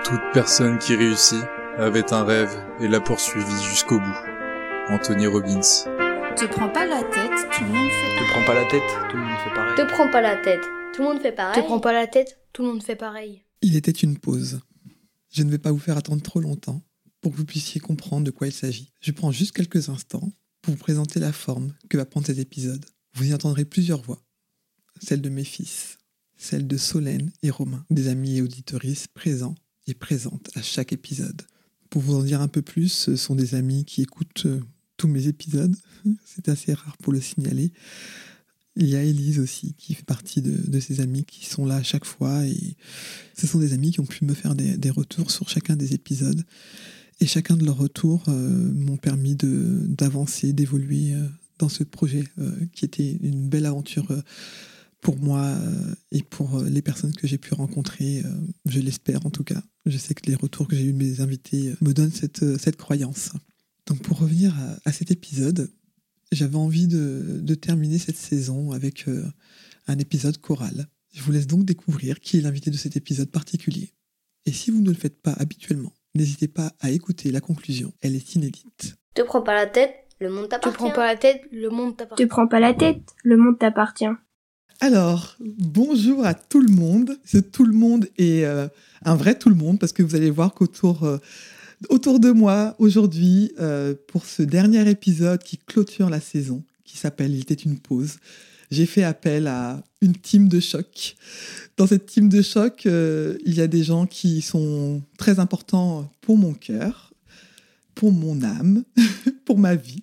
Toute personne qui réussit avait un rêve et l'a poursuivi jusqu'au bout. Anthony Robbins. Te prends pas la tête, tout le monde fait. Te prends pas la tête, tout le monde fait pareil. Te prends pas la tête, tout le monde fait pareil. Te prends pas la tête, tout le monde fait pareil. Il était une pause. Je ne vais pas vous faire attendre trop longtemps pour que vous puissiez comprendre de quoi il s'agit. Je prends juste quelques instants pour vous présenter la forme que va prendre cet épisode. Vous y entendrez plusieurs voix. Celle de mes fils, celle de Solène et Romain, des amis et auditeuristes présents et présentes à chaque épisode. Pour vous en dire un peu plus, ce sont des amis qui écoutent tous mes épisodes. C'est assez rare pour le signaler. Il y a Élise aussi, qui fait partie de ces amis qui sont là à chaque fois. Et ce sont des amis qui ont pu me faire des retours sur chacun des épisodes. Et chacun de leurs retours m'ont permis d'avancer, d'évoluer dans ce projet qui était une belle aventure pour moi et pour les personnes que j'ai pu rencontrer. Je l'espère en tout cas. Je sais que les retours que j'ai eus de mes invités me donnent cette croyance. Donc pour revenir à cet épisode, j'avais envie de terminer cette saison avec un épisode choral. Je vous laisse donc découvrir qui est l'invité de cet épisode particulier. Et si vous ne le faites pas habituellement, n'hésitez pas à écouter la conclusion. Elle est inédite. Te prends pas la tête, le monde t'appartient. Te prends pas la tête, le monde t'appartient. Te prends pas la tête, le monde t'appartient. Alors, bonjour à tout le monde. Ce tout le monde est un vrai tout le monde parce que vous allez voir qu'autour de moi aujourd'hui, pour ce dernier épisode qui clôture la saison, qui s'appelle « Il était une pause », j'ai fait appel à une team de choc. Dans cette team de choc, il y a des gens qui sont très importants pour mon cœur, pour mon âme, pour ma vie.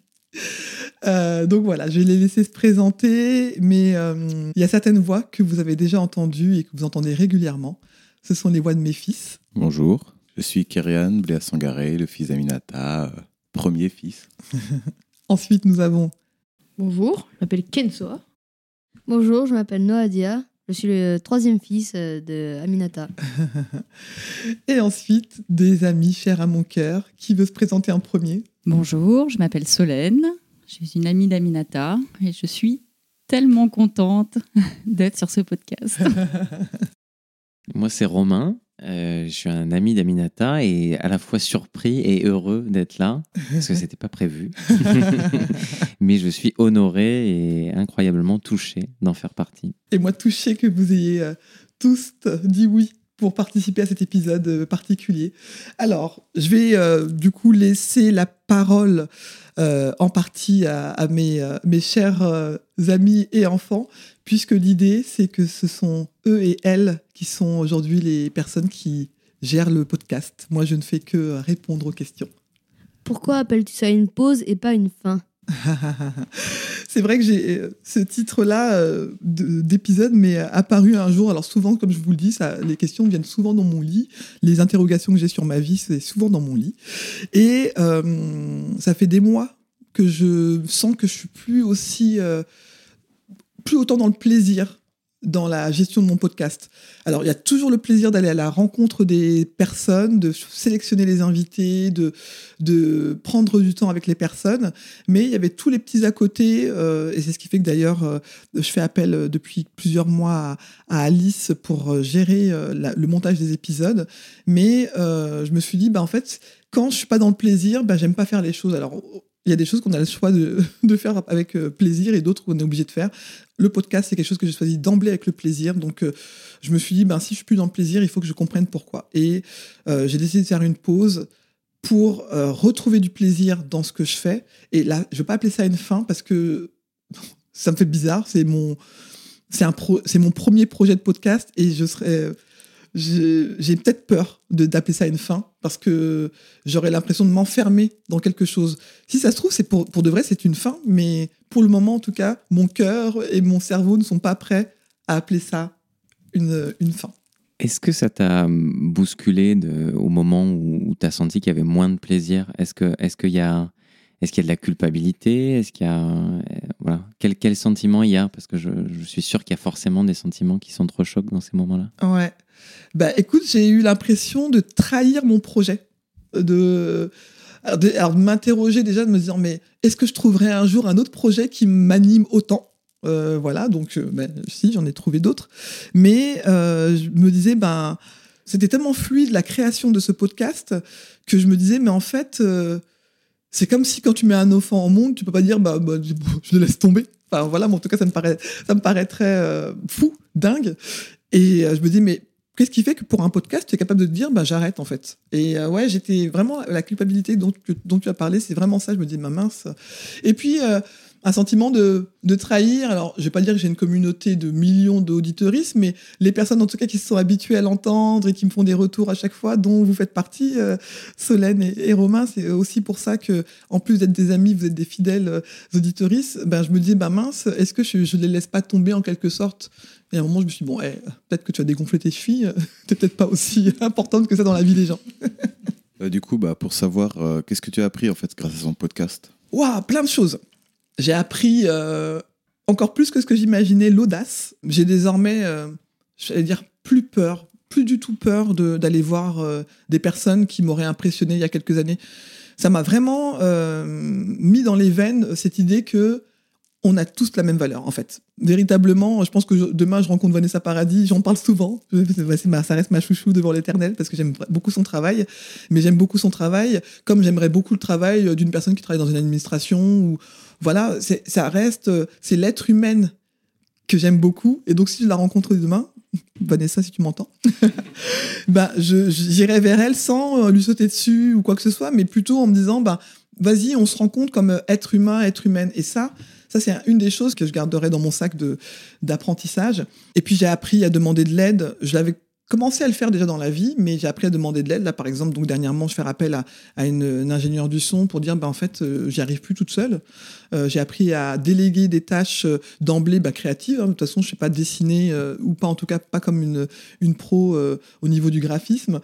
Donc voilà, je vais les laisser se présenter, mais il y a certaines voix que vous avez déjà entendues et que vous entendez régulièrement. Ce sont les voix de mes fils. Bonjour, je suis Kerian Bléa Sangaré, le fils d'Aminata, premier fils. Ensuite, nous avons... Bonjour, je m'appelle Kensoa. Bonjour, je m'appelle Noadia. Je suis le troisième fils de Aminata. Et ensuite, des amis chers à mon cœur. Qui veut se présenter en premier ? Bonjour, je m'appelle Solène. Je suis une amie d'Aminata et je suis tellement contente d'être sur ce podcast. Moi, c'est Romain. Je suis un ami d'Aminata et à la fois surpris et heureux d'être là parce que c'était pas prévu. Mais je suis honoré et incroyablement touché d'en faire partie. Et moi, touché que vous ayez tous dit oui pour participer à cet épisode particulier. Alors, je vais du coup laisser la parole en partie à mes chers amis et enfants, puisque l'idée, c'est que ce sont eux et elles qui sont aujourd'hui les personnes qui gèrent le podcast. Moi, je ne fais que répondre aux questions. Pourquoi appelles-tu ça une pause et pas une fin ? C'est vrai que j'ai ce titre-là d'épisode m'est apparu un jour. Alors souvent, comme je vous le dis, les questions viennent souvent dans mon lit. Les interrogations que j'ai sur ma vie, c'est souvent dans mon lit. Et ça fait des mois que je sens que je suis plus autant dans le plaisir dans la gestion de mon podcast. Alors, il y a toujours le plaisir d'aller à la rencontre des personnes, de sélectionner les invités, de prendre du temps avec les personnes, mais il y avait tous les petits à côté, et c'est ce qui fait que d'ailleurs, je fais appel depuis plusieurs mois à Alice pour gérer le montage des épisodes, mais je me suis dit, en fait, quand je suis pas dans le plaisir, j'aime pas faire les choses. Alors, il y a des choses qu'on a le choix de faire avec plaisir et d'autres qu'on est obligé de faire. Le podcast, c'est quelque chose que j'ai choisi d'emblée avec le plaisir. Donc, je me suis dit, si je suis plus dans le plaisir, il faut que je comprenne pourquoi. Et j'ai décidé de faire une pause pour retrouver du plaisir dans ce que je fais. Et là, je ne vais pas appeler ça une fin parce que ça me fait bizarre. C'est mon premier projet de podcast et j'ai peut-être peur d'appeler ça une fin parce que j'aurais l'impression de m'enfermer dans quelque chose. Si ça se trouve, c'est pour de vrai, c'est une fin, mais pour le moment, en tout cas, mon cœur et mon cerveau ne sont pas prêts à appeler ça une fin. Est-ce que ça t'a bousculé au moment où tu as senti qu'il y avait moins de plaisir ? Est-ce qu'il y a de la culpabilité ? Est-ce qu'il y a quel sentiment il y a ? Parce que je suis sûr qu'il y a forcément des sentiments qui sont trop chocs dans ces moments-là. Ouais. Écoute, j'ai eu l'impression de trahir mon projet. Alors de m'interroger déjà, de me dire, mais est-ce que je trouverai un jour un autre projet qui m'anime autant ? Donc si, j'en ai trouvé d'autres. Mais je me disais, C'était tellement fluide la création de ce podcast que je me disais, mais en fait, c'est comme si quand tu mets un enfant au monde, tu peux pas dire, je le laisse tomber. Enfin voilà, mais en tout cas, ça me paraît très fou, dingue. Et je me dis, mais qu'est-ce qui fait que pour un podcast, tu es capable de te dire, j'arrête en fait. Et j'étais vraiment, la culpabilité dont tu as parlé, c'est vraiment ça. Je me dis, mince. Et puis, un sentiment de trahir. Alors, je vais pas dire que j'ai une communauté de millions d'auditeuristes, mais les personnes en tout cas qui se sont habituées à l'entendre et qui me font des retours à chaque fois, dont vous faites partie, Solène et Romain, c'est aussi pour ça que, en plus d'être des amis, vous êtes des fidèles auditeuristes. Je me dis, mince, est-ce que je les laisse pas tomber en quelque sorte? Et à un moment, je me suis dit, peut-être que tu as dégonflé tes chevilles, t'es peut-être pas aussi importante que ça dans la vie des gens. Du coup, pour savoir, qu'est-ce que tu as appris en fait grâce à son podcast? Plein de choses. J'ai appris encore plus que ce que j'imaginais, l'audace. J'ai désormais, j'allais dire, plus du tout peur d'aller voir des personnes qui m'auraient impressionné il y a quelques années. Ça m'a vraiment mis dans les veines cette idée que on a tous la même valeur, en fait. Véritablement, je pense que demain, je rencontre Vanessa Paradis, j'en parle souvent. Ça reste ma chouchou devant l'éternel parce que j'aime beaucoup son travail. Mais j'aime beaucoup son travail comme j'aimerais beaucoup le travail d'une personne qui travaille dans une administration. Ou voilà, c'est l'être humaine que j'aime beaucoup. Et donc, si je la rencontre demain, Vanessa, si tu m'entends, j'irai vers elle sans lui sauter dessus ou quoi que ce soit, mais plutôt en me disant, vas-y, on se rencontre comme être humain, être humaine. Et ça, c'est une des choses que je garderai dans mon sac d'apprentissage. Et puis, j'ai appris à demander de l'aide. Je l'avais commencé à le faire déjà dans la vie, mais j'ai appris à demander de l'aide. Là, par exemple, donc dernièrement, je fais appel à une ingénieure du son pour dire, en fait, j'y arrive plus toute seule. J'ai appris à déléguer des tâches d'emblée créatives. De toute façon, je ne sais pas dessiner, ou pas, en tout cas, pas comme une pro au niveau du graphisme.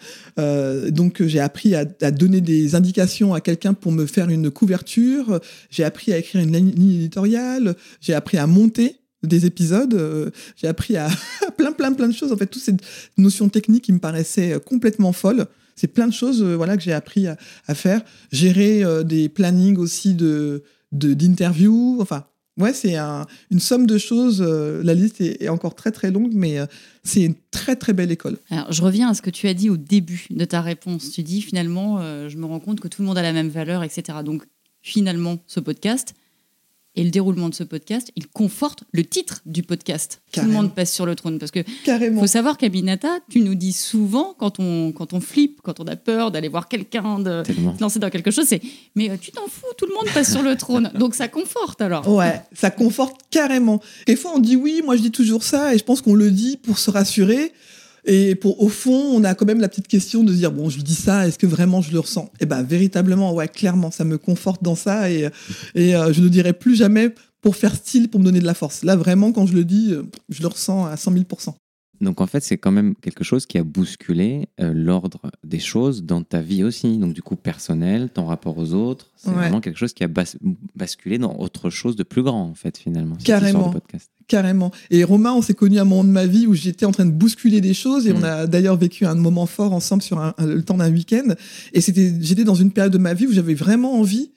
Donc, j'ai appris à donner des indications à quelqu'un pour me faire une couverture. J'ai appris à écrire une ligne éditoriale. J'ai appris à monter des épisodes, j'ai appris à plein de choses, en fait, toutes ces notions techniques qui me paraissaient complètement folles. C'est plein de choses que j'ai appris à faire. Gérer des plannings aussi d'interviews, enfin, c'est une somme de choses. La liste est encore très très longue, mais c'est une très très belle école. Alors, je reviens à ce que tu as dit au début de ta réponse. Tu dis finalement, je me rends compte que tout le monde a la même valeur, etc. Donc finalement, ce podcast et le déroulement de ce podcast, il conforte le titre du podcast. Carrément. Tout le monde passe sur le trône. Parce que faut savoir qu'Aminata, tu nous dis souvent, quand on flippe, quand on a peur d'aller voir quelqu'un, de se lancer dans quelque chose, c'est « mais tu t'en fous, tout le monde passe sur le trône ». Donc ça conforte alors. Ouais, ça conforte carrément. Des fois on dit oui, moi je dis toujours ça, et je pense qu'on le dit pour se rassurer. Et au fond, on a quand même la petite question de se dire, je lui dis ça, est-ce que vraiment je le ressens ? Et véritablement, clairement, ça me conforte dans ça et je ne le dirai plus jamais pour faire style, pour me donner de la force. Là, vraiment, quand je le dis, je le ressens à 100 000%. Donc en fait, c'est quand même quelque chose qui a bousculé l'ordre des choses dans ta vie aussi. Donc du coup, personnel, ton rapport aux autres, c'est vraiment quelque chose qui a basculé dans autre chose de plus grand, en fait, finalement. Carrément. De podcast. Carrément. Et Romain, on s'est connus à un moment de ma vie où j'étais en train de bousculer des choses et on a d'ailleurs vécu un moment fort ensemble sur le temps d'un week-end. Et j'étais dans une période de ma vie où j'avais vraiment envie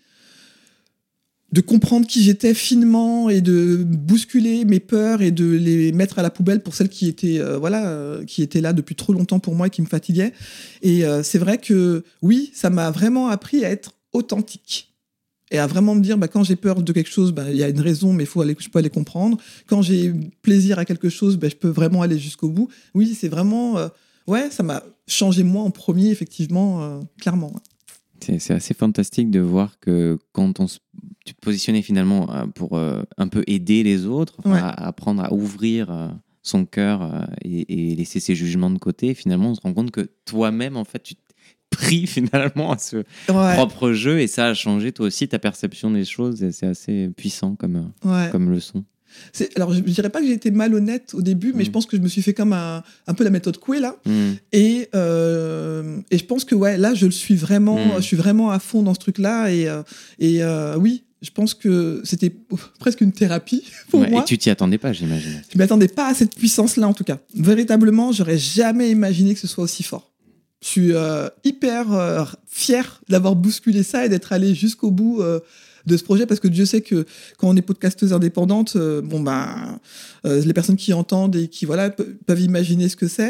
de comprendre qui j'étais finement et de bousculer mes peurs et de les mettre à la poubelle pour celles qui étaient là depuis trop longtemps pour moi et qui me fatiguaient. Et c'est vrai que oui, ça m'a vraiment appris à être authentique et à vraiment me dire quand j'ai peur de quelque chose, il y a une raison, mais je peux aller comprendre. Quand j'ai plaisir à quelque chose, je peux vraiment aller jusqu'au bout. Oui, c'est vraiment ça m'a changé moi en premier, effectivement, clairement. Ouais. C'est assez fantastique de voir que quand tu te positionnais finalement pour un peu aider les autres, à apprendre à ouvrir son cœur et laisser ses jugements de côté, finalement on se rend compte que toi-même en fait tu t'es pris finalement à ce propre jeu et ça a changé toi aussi ta perception des choses et c'est assez puissant comme leçon. Alors, je ne dirais pas que j'ai été malhonnête au début, mais je pense que je me suis fait comme un peu la méthode Coué, là. Et je pense que, là, je le suis vraiment, je suis vraiment à fond dans ce truc-là. Et oui, je pense que c'était presque une thérapie pour moi. Et tu t'y attendais pas, j'imagine. Je ne m'attendais pas à cette puissance-là, en tout cas. Véritablement, je n'aurais jamais imaginé que ce soit aussi fort. Je suis hyper fier d'avoir bousculé ça et d'être allé jusqu'au bout de ce projet, parce que Dieu sait que quand on est podcasteuse indépendante, les personnes qui entendent et qui peuvent imaginer ce que c'est,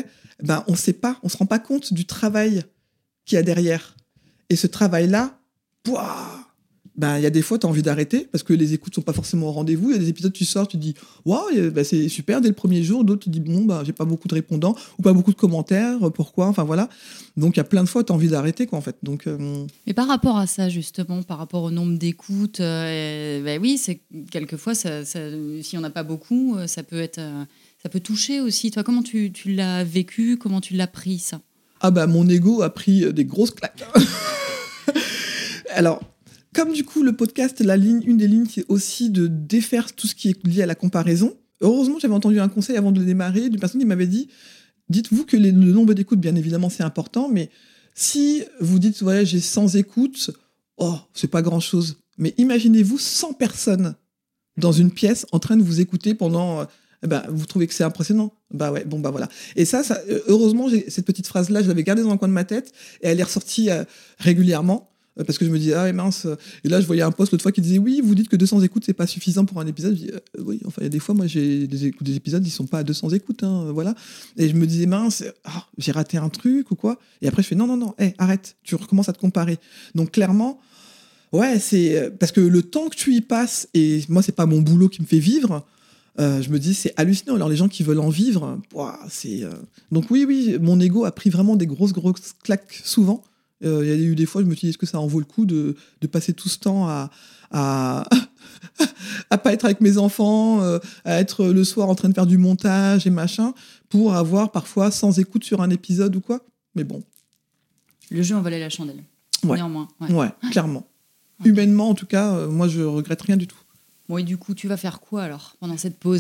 on sait pas, on se rend pas compte du travail qu'il y a derrière. Et ce travail-là, il y a des fois, tu as envie d'arrêter parce que les écoutes sont pas forcément au rendez-vous. Il y a des épisodes, tu sors, tu te dis waouh, c'est super dès le premier jour. D'autres, tu te dis j'ai pas beaucoup de répondants ou pas beaucoup de commentaires. Pourquoi ? Enfin voilà. Donc il y a plein de fois, tu as envie d'arrêter, quoi, en fait. Donc, Et par rapport à ça, justement, par rapport au nombre d'écoutes, oui, c'est quelquefois, si on n'a pas beaucoup, ça peut toucher aussi. Toi, comment tu l'as vécu ? Comment tu l'as pris, ça ? Mon ego a pris des grosses claques. Alors, comme du coup, le podcast, une des lignes, c'est aussi de défaire tout ce qui est lié à la comparaison. Heureusement, j'avais entendu un conseil avant de le démarrer d'une personne qui m'avait dit « Dites-vous que le nombre d'écoutes, bien évidemment, c'est important, mais si vous dites « j'ai 100 écoutes, c'est pas grand-chose. » Mais imaginez-vous 100 personnes dans une pièce en train de vous écouter pendant... vous trouvez que c'est impressionnant ? Voilà. Et ça, heureusement, cette petite phrase-là, je l'avais gardée dans un coin de ma tête et elle est ressortie régulièrement. Parce que je me disais, mince. Et là, je voyais un post l'autre fois qui disait, oui, vous dites que 200 écoutes, c'est pas suffisant pour un épisode. Je dis, oui, enfin, il y a des fois, moi, j'ai des épisodes, ils sont pas à 200 écoutes, voilà. Et je me disais, mince, j'ai raté un truc ou quoi. Et après, je fais, non, arrête, tu recommences à te comparer. Donc, clairement, c'est parce que le temps que tu y passes, et moi, c'est pas mon boulot qui me fait vivre, je me dis, c'est hallucinant. Alors, les gens qui veulent en vivre, Donc, oui, mon ego a pris vraiment des grosses claques souvent. Il y a eu des fois, je me suis dit, est-ce que ça en vaut le coup de passer tout ce temps à pas être avec mes enfants, à être le soir en train de faire du montage et machin, pour avoir parfois 100 écoutes sur un épisode ou quoi. Mais bon. Le jeu en valait la chandelle. Ouais. Néanmoins. Ouais, clairement. Ouais. Humainement, en tout cas, moi, je regrette rien du tout. Bon, et du coup, tu vas faire quoi alors pendant cette pause ?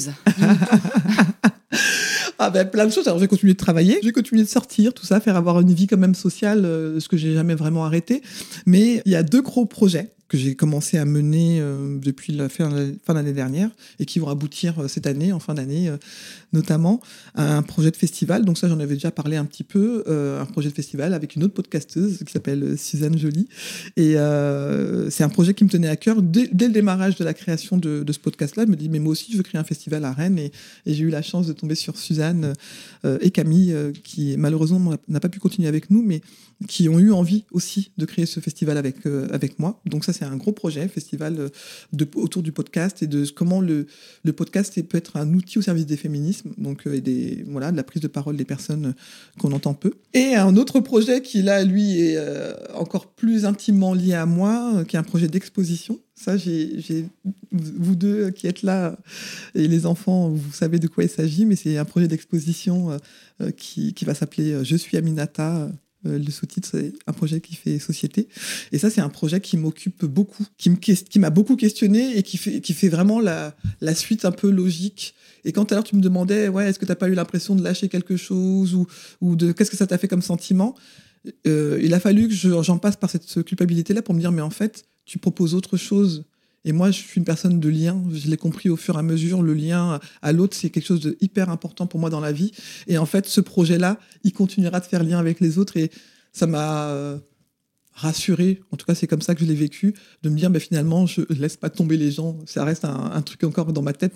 Plein de choses. Alors, j'ai continué de travailler, j'ai continué de sortir, tout ça, faire avoir une vie quand même sociale, ce que j'ai jamais vraiment arrêté. Mais il y a 2 gros projets que j'ai commencé à mener depuis la fin d'année dernière et qui vont aboutir cette année, en fin d'année notamment, à un projet de festival. Donc ça, j'en avais déjà parlé un petit peu, un projet de festival avec une autre podcasteuse qui s'appelle Suzanne Joly. Et c'est un projet qui me tenait à cœur dès le démarrage de la création de ce podcast-là. Je me dis, mais moi aussi, je veux créer un festival à Rennes. Et j'ai eu la chance de tomber sur Suzanne et Camille, qui malheureusement n'a pas pu continuer avec nous, mais qui ont eu envie aussi de créer ce festival avec moi. Donc ça, c'est un gros projet, festival autour du podcast et de comment le podcast peut être un outil au service des féminismes, donc de la prise de parole des personnes qu'on entend peu. Et un autre projet qui, là, lui, est encore plus intimement lié à moi, qui est un projet d'exposition. Ça, j'ai vous deux qui êtes là, et les enfants, vous savez de quoi il s'agit, mais c'est un projet d'exposition qui va s'appeler « Je suis Aminata ». Le sous-titre, c'est un projet qui fait société. Et ça, c'est un projet qui m'occupe beaucoup, qui m'a beaucoup questionné et qui fait vraiment la suite un peu logique. Et quand tout à l'heure, tu me demandais, est-ce que tu n'as pas eu l'impression de lâcher quelque chose ou de qu'est-ce que ça t'a fait comme sentiment ? Il a fallu que j'en passe par cette culpabilité-là pour me dire, mais en fait, tu proposes autre chose. Et moi, je suis une personne de lien. Je l'ai compris au fur et à mesure. Le lien à l'autre, c'est quelque chose de hyper important pour moi dans la vie. Et en fait, ce projet-là, il continuera de faire lien avec les autres. Et ça m'a rassuré. En tout cas, c'est comme ça que je l'ai vécu. De me dire, finalement, je laisse pas tomber les gens. Ça reste un truc encore dans ma tête,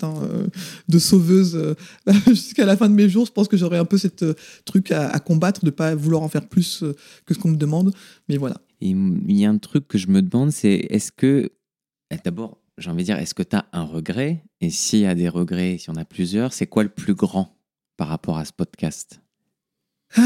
de sauveuse. Jusqu'à la fin de mes jours, je pense que j'aurai un peu cette truc à combattre, de pas vouloir en faire plus que ce qu'on me demande. Mais voilà. Et il y a un truc que je me demande, c'est est-ce que... D'abord, j'ai envie de dire, est-ce que tu as un regret ? Et s'il y a des regrets, s'il y en a plusieurs, c'est quoi le plus grand par rapport à ce podcast ? Je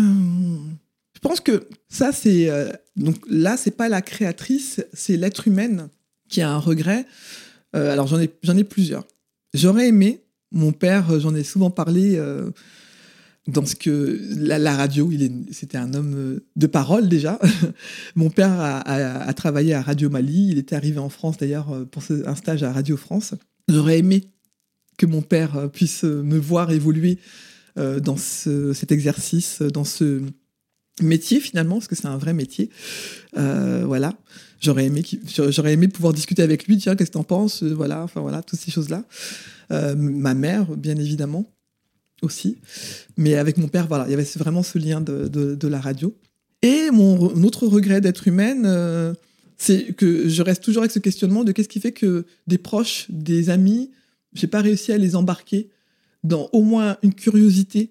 pense que ça, c'est... donc là, c'est pas la créatrice, c'est l'être humaine qui a un regret. Alors, j'en ai plusieurs. J'aurais aimé, mon père, j'en ai souvent parlé... dans ce que la radio, c'était un homme de parole déjà. Mon père a travaillé à Radio Mali. Il était arrivé en France d'ailleurs pour un stage à Radio France. J'aurais aimé que mon père puisse me voir évoluer dans cet exercice, dans ce métier finalement, parce que c'est un vrai métier. Voilà. J'aurais aimé pouvoir discuter avec lui, tiens, qu'est-ce que t'en penses ? Voilà, toutes ces choses-là. Ma mère, bien évidemment. Aussi, mais avec mon père, il y avait vraiment ce lien de la radio. Et mon autre regret d'être humaine, c'est que je reste toujours avec ce questionnement de qu'est-ce qui fait que des proches, des amis, j'ai pas réussi à les embarquer dans au moins une curiosité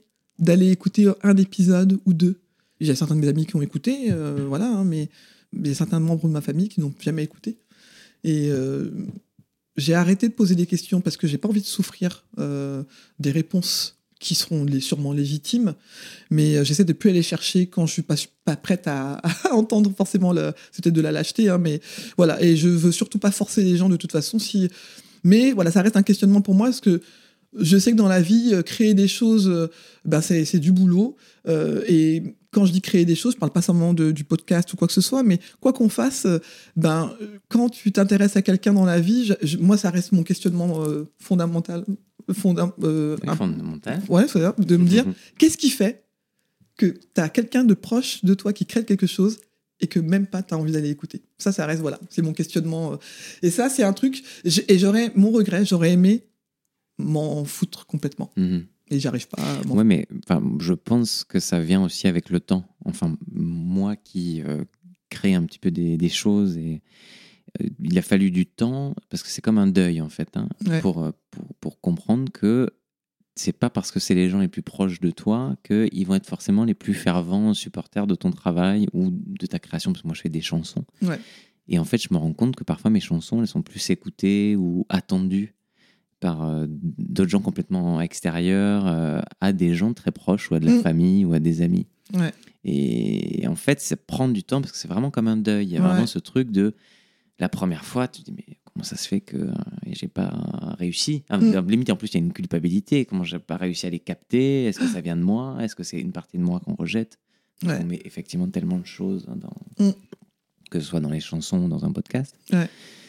d'aller écouter un épisode ou deux. J'ai certains de mes amis qui ont écouté, mais il y a certains membres de ma famille qui n'ont jamais écouté. Et j'ai arrêté de poser des questions parce que j'ai pas envie de souffrir des réponses qui seront sûrement légitimes, mais j'essaie de plus aller chercher quand je suis pas prête à entendre forcément c'est peut-être de la lâcheté, mais voilà. Et je veux surtout pas forcer les gens de toute façon. Mais voilà, ça reste un questionnement pour moi parce que je sais que dans la vie, créer des choses, c'est du boulot. Et quand je dis créer des choses, je parle pas seulement du podcast ou quoi que ce soit, mais quoi qu'on fasse, quand tu t'intéresses à quelqu'un dans la vie, moi, ça reste mon questionnement fondamental. Fondamental. Ouais, de me dire, qu'est-ce qui fait que tu as quelqu'un de proche de toi qui crée quelque chose et que même pas tu as envie d'aller écouter. Ça reste, voilà, c'est mon questionnement. Et ça, c'est un truc, mon regret, j'aurais aimé m'en foutre complètement. Et j'arrive pas à Ouais, mais je pense que ça vient aussi avec le temps. Enfin, moi qui crée un petit peu des choses, et il a fallu du temps, parce que c'est comme un deuil, en fait, pour comprendre que c'est pas parce que c'est les gens les plus proches de toi qu'ils vont être forcément les plus fervents supporters de ton travail ou de ta création, parce que moi, je fais des chansons. Ouais. Et en fait, je me rends compte que parfois, mes chansons, elles sont plus écoutées ou attendues par d'autres gens complètement extérieurs à des gens très proches ou à de la famille ou à des amis. Ouais. Et en fait, c'est prendre du temps parce que c'est vraiment comme un deuil. Il y a vraiment ce truc de la première fois, tu te dis mais comment ça se fait que j'ai pas réussi? Limite, en plus, il y a une culpabilité. Comment j'ai pas réussi à les capter? Est-ce que ça vient de moi? Est-ce que c'est une partie de moi qu'on rejette? On met effectivement tellement de choses que ce soit dans les chansons ou dans un podcast. Ouais.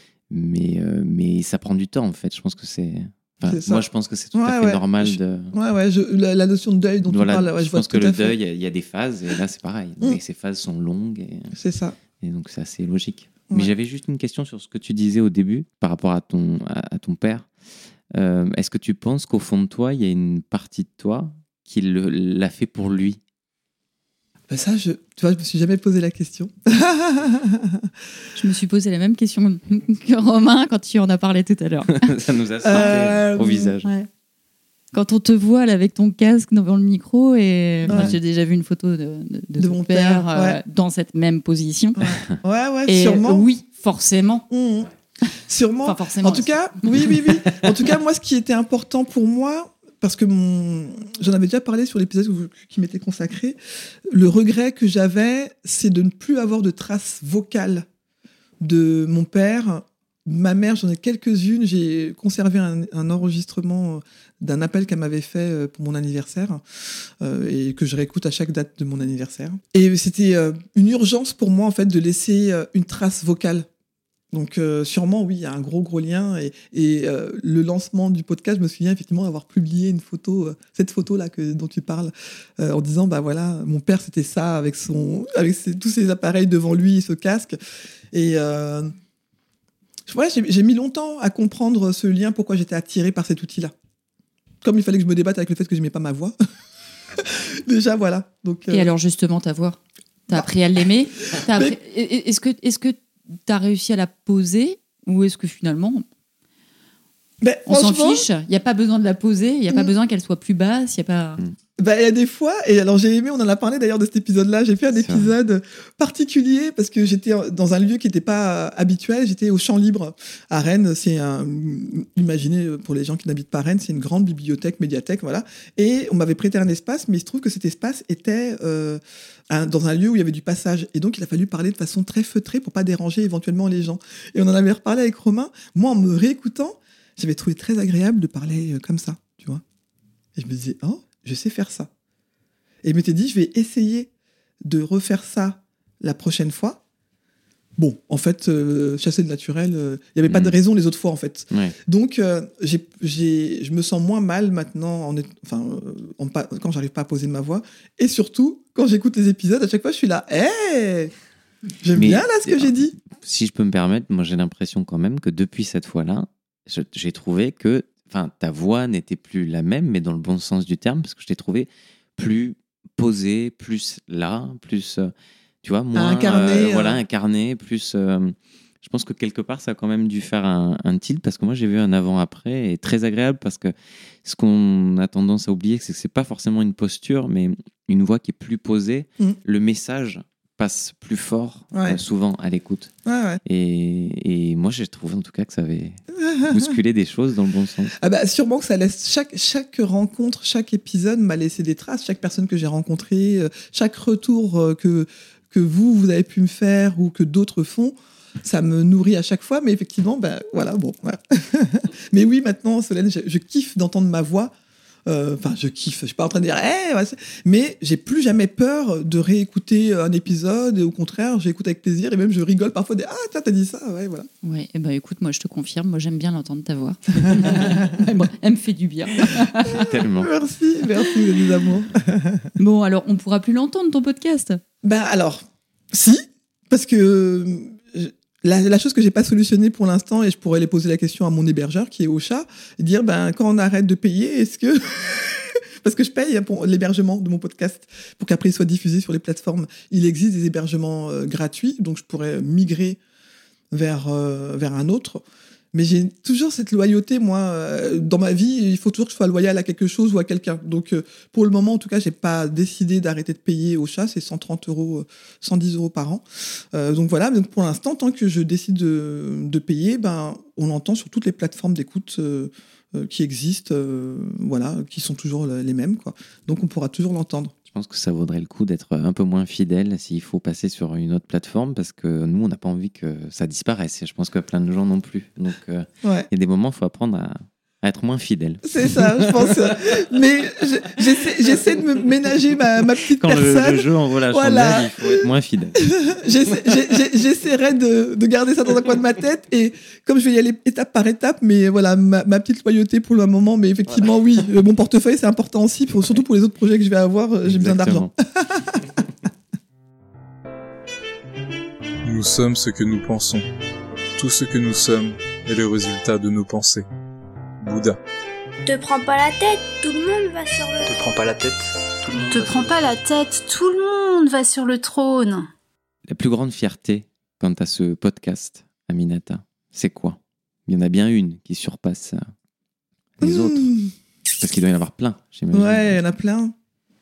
Mais ça prend du temps, en fait. Je pense que moi, je pense que c'est tout à fait normal de... la notion de deuil dont tu parles, je pense que le deuil, il y a des phases, et là, c'est pareil. Et ces phases sont longues. C'est ça. Et donc, c'est assez logique. Mais j'avais juste une question sur ce que tu disais au début, par rapport à ton père. Est-ce que tu penses qu'au fond de toi, il y a une partie de toi qui l'a fait pour lui? Ça, tu vois, je me suis jamais posé la question. Je me suis posé la même question que Romain quand tu en as parlé tout à l'heure. Ça nous a sauté au visage. Ouais. Quand on te voit là, avec ton casque devant le micro, et j'ai déjà vu une photo de ton mon père dans cette même position. Ouais, et sûrement. Oui, forcément. Sûrement. Enfin, forcément. En tout cas, oui. En tout cas, moi, ce qui était important pour moi, parce que j'en avais déjà parlé sur l'épisode qui m'était consacré, le regret que j'avais, c'est de ne plus avoir de traces vocales de mon père. Ma mère, j'en ai quelques-unes. J'ai conservé un enregistrement d'un appel qu'elle m'avait fait pour mon anniversaire et que je réécoute à chaque date de mon anniversaire. Et c'était une urgence pour moi, en fait, de laisser une trace vocale. Donc sûrement, oui, il y a un gros lien. Et le lancement du podcast, je me souviens effectivement d'avoir publié une photo, cette photo-là dont tu parles, en disant, voilà, mon père, c'était ça, avec tous ses appareils devant lui, ce casque. Et j'ai mis longtemps à comprendre ce lien, pourquoi j'étais attirée par cet outil-là. Comme il fallait que je me débatte avec le fait que je n'aimais pas ma voix. Déjà, voilà. Donc, Et alors, justement, ta voix, t'as appris à l'aimer? Est-ce que t'as réussi à la poser, ou est-ce que finalement on s'en fiche, il n'y a pas besoin de la poser, il n'y a pas besoin qu'elle soit plus basse, il y a pas... Il y a des fois, et alors j'ai aimé, on en a parlé d'ailleurs de cet épisode-là, j'ai fait un épisode particulier parce que j'étais dans un lieu qui n'était pas habituel, j'étais au Champ Libre à Rennes, imaginez pour les gens qui n'habitent pas Rennes, c'est une grande bibliothèque, médiathèque, voilà, et on m'avait prêté un espace, mais il se trouve que cet espace était dans un lieu où il y avait du passage, et donc il a fallu parler de façon très feutrée pour pas déranger éventuellement les gens. Et on en avait reparlé avec Romain, moi en me réécoutant, j'avais trouvé très agréable de parler comme ça, tu vois. Et je me disais, je sais faire ça. Et je m'étais dit, je vais essayer de refaire ça la prochaine fois. Bon, en fait, chasser le naturel, il n'y avait pas de raison les autres fois, en fait. Ouais. Donc, je me sens moins mal maintenant quand j'arrive pas à poser ma voix. Et surtout, quand j'écoute les épisodes, à chaque fois, je suis là, j'aime bien là ce que j'ai dit. Si je peux me permettre, moi j'ai l'impression quand même que depuis cette fois-là, j'ai trouvé que ta voix n'était plus la même, mais dans le bon sens du terme, parce que je t'ai trouvé plus posé, plus là, plus, tu vois, moins incarné, plus. je pense que quelque part, ça a quand même dû faire un tilt parce que moi, j'ai vu un avant-après et très agréable parce que ce qu'on a tendance à oublier, c'est que c'est pas forcément une posture, mais une voix qui est plus posée. Le message passe plus fort souvent à l'écoute. Et moi, j'ai trouvé en tout cas que ça avait bousculé des choses dans le bon sens. Ah bah, sûrement que ça laisse chaque rencontre, chaque épisode m'a laissé des traces. Chaque personne que j'ai rencontrée, chaque retour que vous avez pu me faire ou que d'autres font, ça me nourrit à chaque fois. Mais effectivement, voilà. Mais oui, maintenant, Solène, je kiffe d'entendre ma voix. Enfin, je kiffe. Je suis pas en train de dire, mais j'ai plus jamais peur de réécouter un épisode. Et au contraire, j'écoute avec plaisir et même je rigole parfois. T'as dit ça, voilà. Ouais. Et écoute, moi je te confirme, moi j'aime bien l'entendre ta voix. Elle me fait du bien. Tellement. Merci, vous êtes des amours. Bon, alors on pourra plus l'entendre ton podcast. Alors, si, parce que la chose que j'ai pas solutionnée pour l'instant, et je pourrais aller poser la question à mon hébergeur qui est Ocha, et dire quand on arrête de payer, est-ce que parce que je paye pour l'hébergement de mon podcast pour qu'après il soit diffusé sur les plateformes. Il existe des hébergements gratuits, donc je pourrais migrer vers un autre. Mais j'ai toujours cette loyauté, moi, dans ma vie, il faut toujours que je sois loyal à quelque chose ou à quelqu'un. Donc, pour le moment, en tout cas, j'ai pas décidé d'arrêter de payer au chat, c'est 130 €, 110 € par an. Donc voilà, donc pour l'instant, tant que je décide de payer, on l'entend sur toutes les plateformes d'écoute qui existent, qui sont toujours les mêmes, quoi. Donc on pourra toujours l'entendre. Je pense que ça vaudrait le coup d'être un peu moins fidèle s'il faut passer sur une autre plateforme parce que nous, on n'a pas envie que ça disparaisse. Et je pense que plein de gens non plus. Donc, il y a des moments où il faut apprendre à être moins fidèle. C'est ça, je pense. Mais j'essaie de me ménager ma petite personne. Quand le jeu envoie la chandelle, il faut être moins fidèle. J'essaierai de garder ça dans un coin de ma tête. Et comme je vais y aller étape par étape, mais voilà, ma petite loyauté pour le moment. Mais effectivement, oui, mon portefeuille, c'est important aussi, surtout pour les autres projets que je vais avoir. J'ai besoin d'argent. Nous sommes ce que nous pensons. Tout ce que nous sommes est le résultat de nos pensées. Bouddha. Te prends pas la tête, tout le monde va sur le... Te prends pas la tête, tout le monde... Te prends pas la tête, tout le monde va sur le trône. La plus grande fierté quant à ce podcast, Aminata, c'est quoi ? Il y en a bien une qui surpasse les autres. Parce qu'il doit y en avoir plein, j'imagine. Ouais, il y en a plein.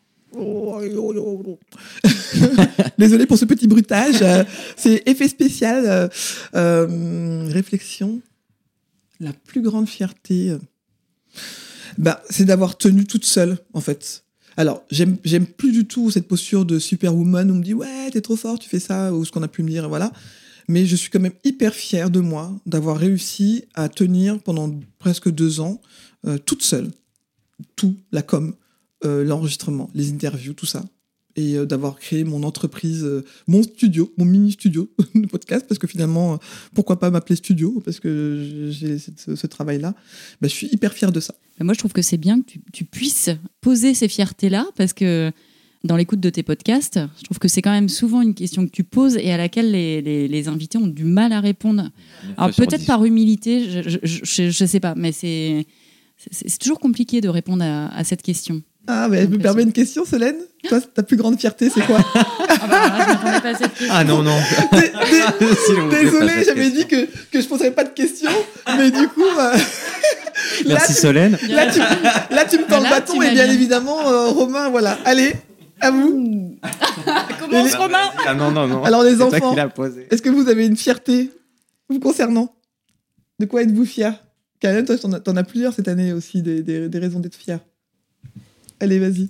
Désolé pour ce petit bruitage. C'est effet spécial. Réflexion. La plus grande fierté, c'est d'avoir tenu toute seule, en fait. Alors, j'aime plus du tout cette posture de superwoman où on me dit « Ouais, t'es trop fort, tu fais ça », ou ce qu'on a pu me dire, voilà. Mais je suis quand même hyper fière de moi d'avoir réussi à tenir pendant presque 2 ans, toute seule, tout, la com, l'enregistrement, les interviews, tout ça. Et d'avoir créé mon entreprise, mon studio, mon mini-studio de podcast, parce que finalement, pourquoi pas m'appeler studio, parce que j'ai ce travail-là. Je suis hyper fière de ça. Moi, je trouve que c'est bien que tu puisses poser ces fiertés-là, parce que dans l'écoute de tes podcasts, je trouve que c'est quand même souvent une question que tu poses et à laquelle les invités ont du mal à répondre. Alors peut-être par humilité, je sais pas, mais c'est toujours compliqué de répondre à cette question. Ah, mais je me permets une question, Solène. Toi, ta plus grande fierté, c'est quoi ? Je m'attendais pas à cette question. Ah non. Désolé, j'avais dit que je poserais pas de questions, mais du coup... Merci Solène. Là, tu me tends le bâton, et bien évidemment, Romain, voilà. Allez, à vous. Commence, Romain. Ah non. Alors, les c'est enfants, toi qui l'as posé. est-ce que vous avez une fierté vous concernant ? De quoi êtes-vous fiers ? Karen, toi, t'en as plusieurs cette année aussi, des raisons d'être fier. Allez, vas-y.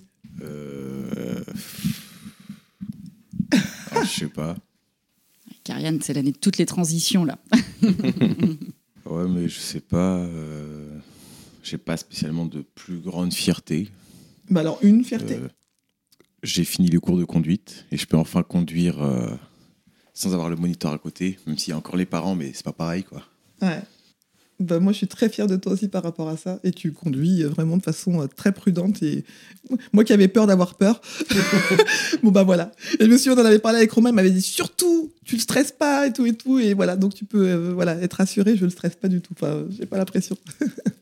Je sais pas. Karianne, c'est l'année de toutes les transitions, là. Ouais, mais je sais pas. J'ai pas spécialement de plus grande fierté. Alors, une fierté. J'ai fini les cours de conduite et je peux enfin conduire sans avoir le moniteur à côté, même s'il y a encore les parents, mais c'est pas pareil, quoi. Ouais. Moi, je suis très fière de toi aussi par rapport à ça. Et tu conduis vraiment de façon très prudente. Et moi qui avais peur d'avoir peur. Voilà. Et je me souviens, on en avait parlé avec Romain, il m'avait dit surtout, tu le stresses pas et tout et tout. Et voilà, donc tu peux être rassuré, je le stresse pas du tout. Enfin, j'ai pas la pression.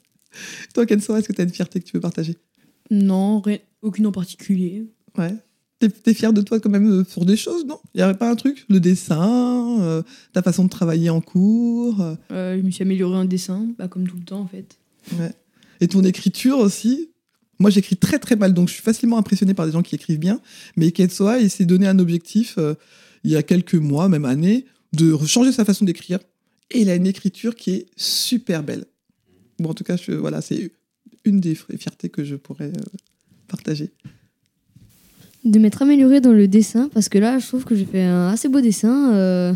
Toi, Kenso, est-ce que tu as une fierté que tu veux partager ? Non, aucune en particulier. Ouais. T'es fière de toi quand même sur des choses, non? Il n'y avait pas un truc? Le dessin, ta façon de travailler en cours Je me suis améliorée en dessin, comme tout le temps en fait. Ouais. Et ton écriture aussi? Moi, j'écris très très mal, donc je suis facilement impressionnée par des gens qui écrivent bien. Mais Kensoa, il s'est donné un objectif il y a quelques mois, même années, de changer sa façon d'écrire. Et il a une écriture qui est super belle. Bon, en tout cas, c'est une des fiertés que je pourrais partager. De m'être améliorée dans le dessin, parce que là, je trouve que j'ai fait un assez beau dessin.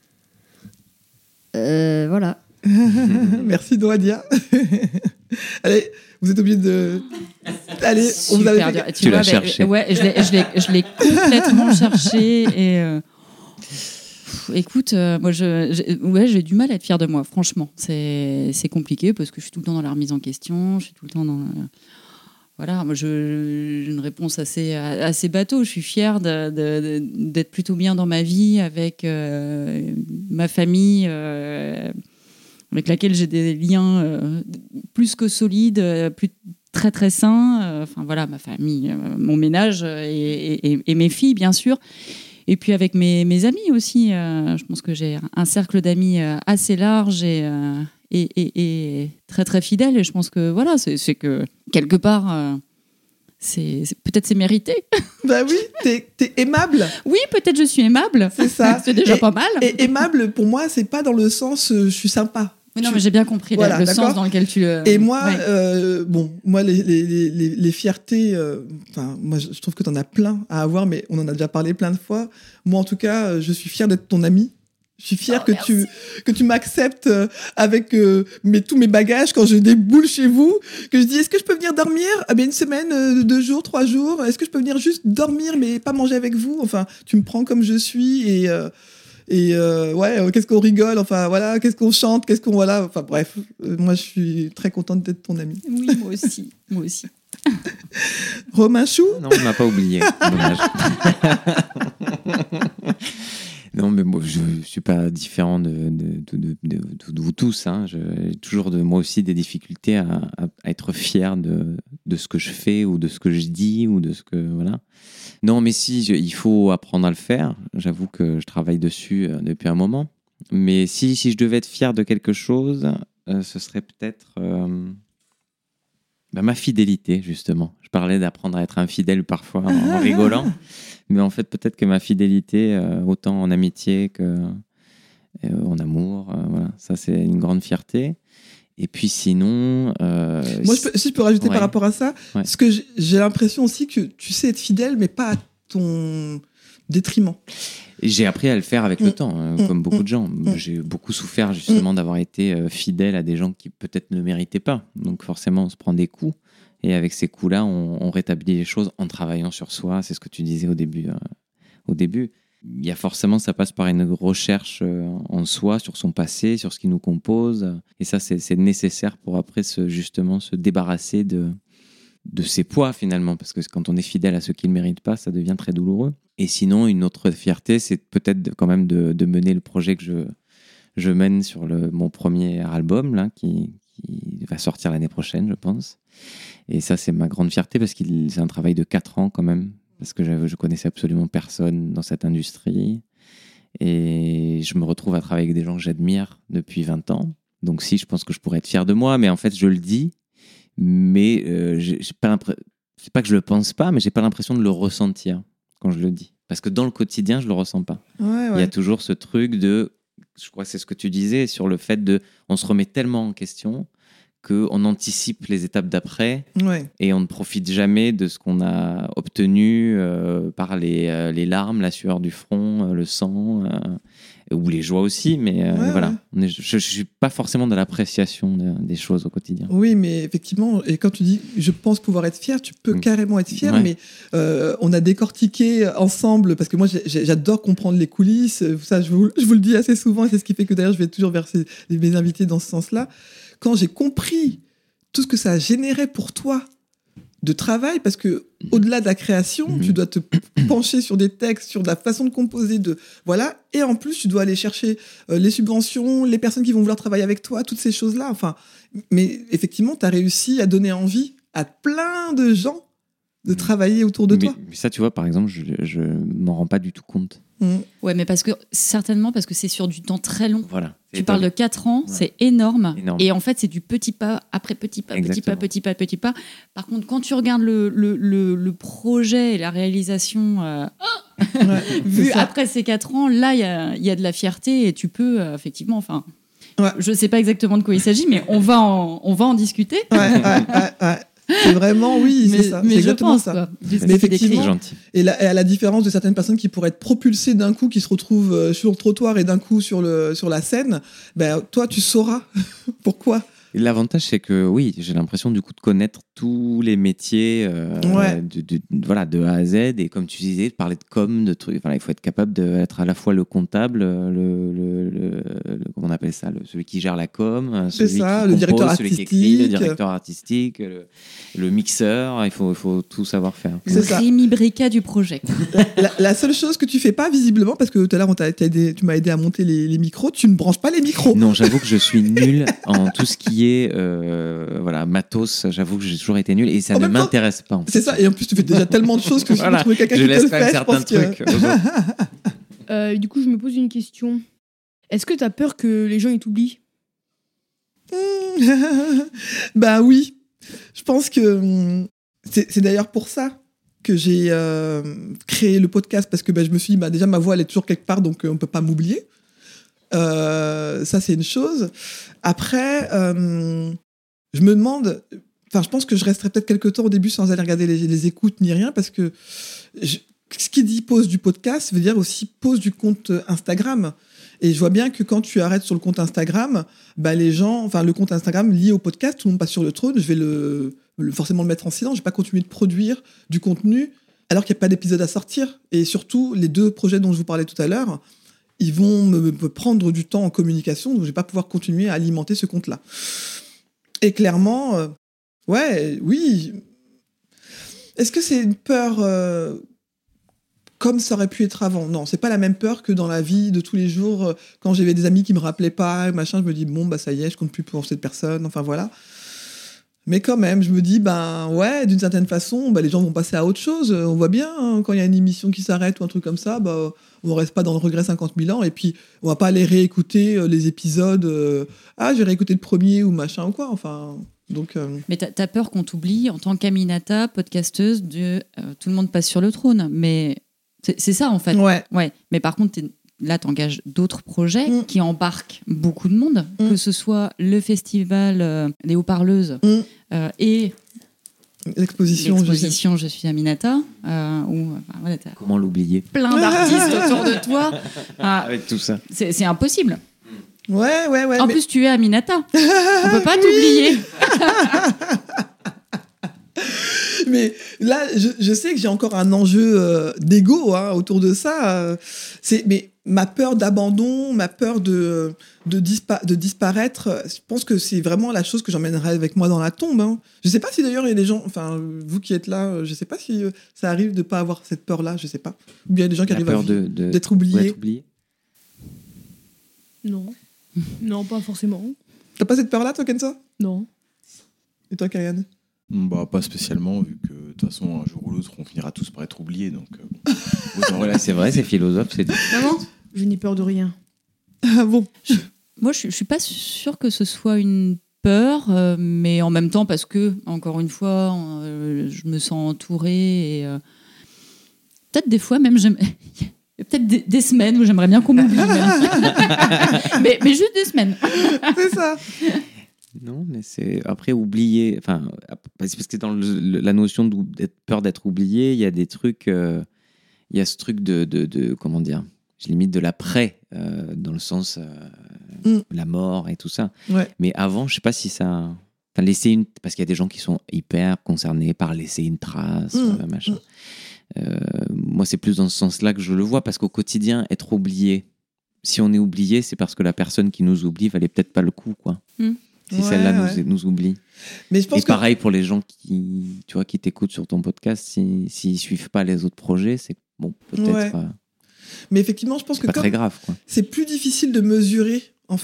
Voilà. Merci Noadia. Allez, vous êtes obligés de... Allez, on vous avait fait... Tu l'as cherché. Ouais, je l'ai complètement cherché. Et écoute, moi, j'ai du mal à être fière de moi, franchement. C'est compliqué parce que je suis tout le temps dans la remise en question, je suis tout le temps dans... Voilà, moi j'ai une réponse assez bateau. Je suis fière d'être plutôt bien dans ma vie avec ma famille, avec laquelle j'ai des liens plus que solides, très très sains. Enfin voilà, ma famille, mon ménage et mes filles, bien sûr. Et puis avec mes amis aussi. Je pense que j'ai un cercle d'amis assez large et très très fidèle, et je pense que voilà, c'est que quelque part peut-être c'est mérité. Bah oui, t'es aimable. Oui, peut-être je suis aimable. C'est ça. C'est déjà pas mal. Et aimable, pour moi, c'est pas dans le sens je suis sympa. Mais non, mais j'ai bien compris le sens dans lequel tu le... Et moi, moi, les fiertés, moi, je trouve que t'en as plein à avoir, mais on en a déjà parlé plein de fois. Moi, en tout cas, je suis fière d'être ton amie. Je suis fière que tu m'acceptes avec tous mes bagages quand je déboule chez vous, que je dis est-ce que je peux venir dormir? Une semaine, 2 jours, 3 jours, est-ce que je peux venir juste dormir mais pas manger avec vous? Enfin, tu me prends comme je suis et qu'est-ce qu'on rigole, enfin voilà, qu'est-ce qu'on chante, enfin bref, moi je suis très contente d'être ton amie. Oui, moi aussi. Romain Chou? Non, on m'a pas oublié, dommage. Non, mais moi, je ne suis pas différent de vous tous. Hein. J'ai toujours moi aussi des difficultés à être fier de ce que je fais ou de ce que je dis ou de ce que... Voilà. Non, mais il faut apprendre à le faire. J'avoue que je travaille dessus depuis un moment. Mais si je devais être fier de quelque chose, ce serait peut-être ma fidélité, justement. Je parlais d'apprendre à être infidèle parfois en rigolant. Mais en fait, peut-être que ma fidélité, autant en amitié qu'en amour, voilà, ça c'est une grande fierté. Et puis sinon... Moi, si je peux rajouter par rapport à ça, parce que j'ai l'impression aussi que tu sais être fidèle, mais pas à ton détriment. Et j'ai appris à le faire avec le temps, comme beaucoup de gens. J'ai beaucoup souffert justement d'avoir été fidèle à des gens qui peut-être ne méritaient pas. Donc forcément, on se prend des coups. Et avec ces coups-là, on rétablit les choses en travaillant sur soi. C'est ce que tu disais au début. Il y a forcément, ça passe par une recherche en soi, sur son passé, sur ce qui nous compose. Et ça, c'est nécessaire pour après justement se débarrasser de ses poids finalement. Parce que quand on est fidèle à ceux qui ne le méritent pas, ça devient très douloureux. Et sinon, une autre fierté, c'est peut-être quand même de mener le projet que je mène sur mon premier album, là, qui va sortir l'année prochaine, je pense. Et ça, c'est ma grande fierté parce que c'est un travail de 4 ans quand même, parce que je connaissais absolument personne dans cette industrie. Et je me retrouve à travailler avec des gens que j'admire depuis 20 ans. Donc je pense que je pourrais être fier de moi, mais en fait, je le dis, mais j'ai pas c'est pas que je le pense pas, mais j'ai pas l'impression de le ressentir quand je le dis. Parce que dans le quotidien, je le ressens pas. Ouais. Il y a toujours ce truc je crois que c'est ce que tu disais, sur le fait on se remet tellement en question qu'on anticipe les étapes d'après et on ne profite jamais de ce qu'on a obtenu par les larmes, la sueur du front, le sang, ou les joies aussi, mais voilà. Je ne suis pas forcément dans l'appréciation des choses au quotidien. Oui, mais effectivement, et quand tu dis « je pense pouvoir être fier », tu peux carrément être fier, mais on a décortiqué ensemble, parce que moi j'adore comprendre les coulisses, ça je vous le dis assez souvent, et c'est ce qui fait que d'ailleurs je vais toujours vers mes invités dans ce sens-là. Quand j'ai compris tout ce que ça a généré pour toi de travail, parce que au-delà de la création, tu dois te pencher sur des textes, sur la façon de composer, et en plus tu dois aller chercher les subventions, les personnes qui vont vouloir travailler avec toi, toutes ces choses-là. Enfin, mais effectivement, tu as réussi à donner envie à plein de gens de travailler autour de toi. Mais ça, tu vois, par exemple, je m'en rends pas du tout compte. Ouais, mais certainement parce que c'est sur du temps très long. Voilà. Tu parles de 4 ans, c'est énorme. Et en fait, c'est du petit pas après petit pas, Exactement. petit pas. Par contre, quand tu regardes le projet et la réalisation vu après ces 4 ans, là, il y a de la fierté et tu peux effectivement, enfin, je sais pas exactement de quoi il s'agit, mais on va en discuter. Ouais. C'est vraiment, oui, c'est ça. C'est exactement ça. Mais effectivement, et à la différence de certaines personnes qui pourraient être propulsées d'un coup, qui se retrouvent sur le trottoir et d'un coup sur la scène, ben, toi, tu sauras pourquoi. Et l'avantage, c'est que oui, j'ai l'impression du coup de connaître tous les métiers de A à Z. Et comme tu disais, de parler de com, de trucs. Enfin, il faut être capable d'être à la fois le comptable, comment on appelle ça, celui qui gère la com, celui qui compose, le directeur celui qui écrit, le directeur artistique, le mixeur. Il faut tout savoir faire. Le Rémi Brica du projet. La seule chose que tu fais pas visiblement, parce que tout à l'heure tu m'as aidé à monter les micros, tu ne branches pas les micros. Non, j'avoue que je suis nul en tout ce qui est matos. J'avoue que j'ai toujours été nul et ça ne m'intéresse pas. C'est ça, et en plus tu fais déjà tellement de choses que si tu trouves quelqu'un qui te le fait, certains trucs. Du coup, je me pose une question. Est-ce que tu as peur que les gens ils t'oublient? Bah oui. Je pense que c'est d'ailleurs pour ça que j'ai créé le podcast, parce que je me suis dit, déjà ma voix elle est toujours quelque part, donc on peut pas m'oublier. Ça c'est une chose. Après, je me demande, je pense que je resterai peut-être quelques temps au début sans aller regarder les écoutes ni rien, parce que ce qui dit pause du podcast veut dire aussi pause du compte Instagram. Et je vois bien que quand tu arrêtes sur le compte Instagram, les gens, le compte Instagram lié au podcast, tout le monde passe sur le trône, je vais forcément le mettre en silence, je vais pas continuer de produire du contenu alors qu'il n'y a pas d'épisode à sortir. Et surtout, les 2 projets dont je vous parlais tout à l'heure, ils vont me prendre du temps en communication, donc je vais pas pouvoir continuer à alimenter ce compte-là. Et clairement, oui. Est-ce que c'est une peur comme ça aurait pu être avant? Non, c'est pas la même peur que dans la vie de tous les jours. Quand j'avais des amis qui me rappelaient pas, machin, je me dis ça y est, je compte plus pour cette personne. Enfin voilà. Mais quand même, je me dis, d'une certaine façon, les gens vont passer à autre chose. On voit bien, quand il y a une émission qui s'arrête ou un truc comme ça, on reste pas dans le regret 50 000 ans, et puis on va pas aller réécouter les épisodes. J'ai réécouté le premier ou machin ou quoi. Enfin, donc. Mais t'as peur qu'on t'oublie en tant qu'Aminata, podcasteuse de tout le monde passe sur le trône. Mais c'est ça en fait. Ouais. Mais par contre, là, tu engages d'autres projets qui embarquent beaucoup de monde, que ce soit le festival des haut-parleuses et l'exposition Je suis Aminata. Comment l'oublier? Plein d'artistes autour de toi. Avec tout ça. C'est impossible. Ouais. En plus, tu es Aminata. On peut pas t'oublier. Mais là, je sais que j'ai encore un enjeu d'ego autour de ça. Mais ma peur d'abandon, ma peur de disparaître, je pense que c'est vraiment la chose que j'emmènerai avec moi dans la tombe. Je sais pas si d'ailleurs il y a des gens, vous qui êtes là, je sais pas si ça arrive de pas avoir cette peur-là, je sais pas. Ou bien il y a des gens qui arrivent d'être oubliés. Non, pas forcément. T'as pas cette peur-là, toi, Kenza? Non. Et toi, Kariane? Pas spécialement, vu que de toute façon, un jour ou l'autre, on finira tous par être oubliés. Donc, c'est vrai, c'est philosophe. Vraiment, je n'ai peur de rien. Ah bon? Moi, je suis pas sûre que ce soit une peur, mais en même temps, parce que, encore une fois, je me sens entourée. Et, peut-être des fois, même, il y a peut-être des semaines où j'aimerais bien qu'on m'oublie. mais juste des semaines. C'est ça. Non, mais c'est après oublier. Enfin, c'est parce que dans la notion de peur d'être oublié, il y a des trucs. Il y a ce truc de comment dire. Je limite de l'après, dans le sens la mort et tout ça. Ouais. Mais avant, je sais pas si ça. Enfin, parce qu'il y a des gens qui sont hyper concernés par laisser une trace, machin. Moi, c'est plus dans ce sens-là que je le vois, parce qu'au quotidien, être oublié. Si on est oublié, c'est parce que la personne qui nous oublie valait peut-être pas le coup, quoi. Si celle-là nous oublie. Mais je pense pareil pour les gens qui t'écoutent sur ton podcast, s'ils suivent pas les autres projets, c'est bon, peut-être. Mais effectivement, je pense que pas très grave, quoi. C'est plus difficile de mesurer, en fait,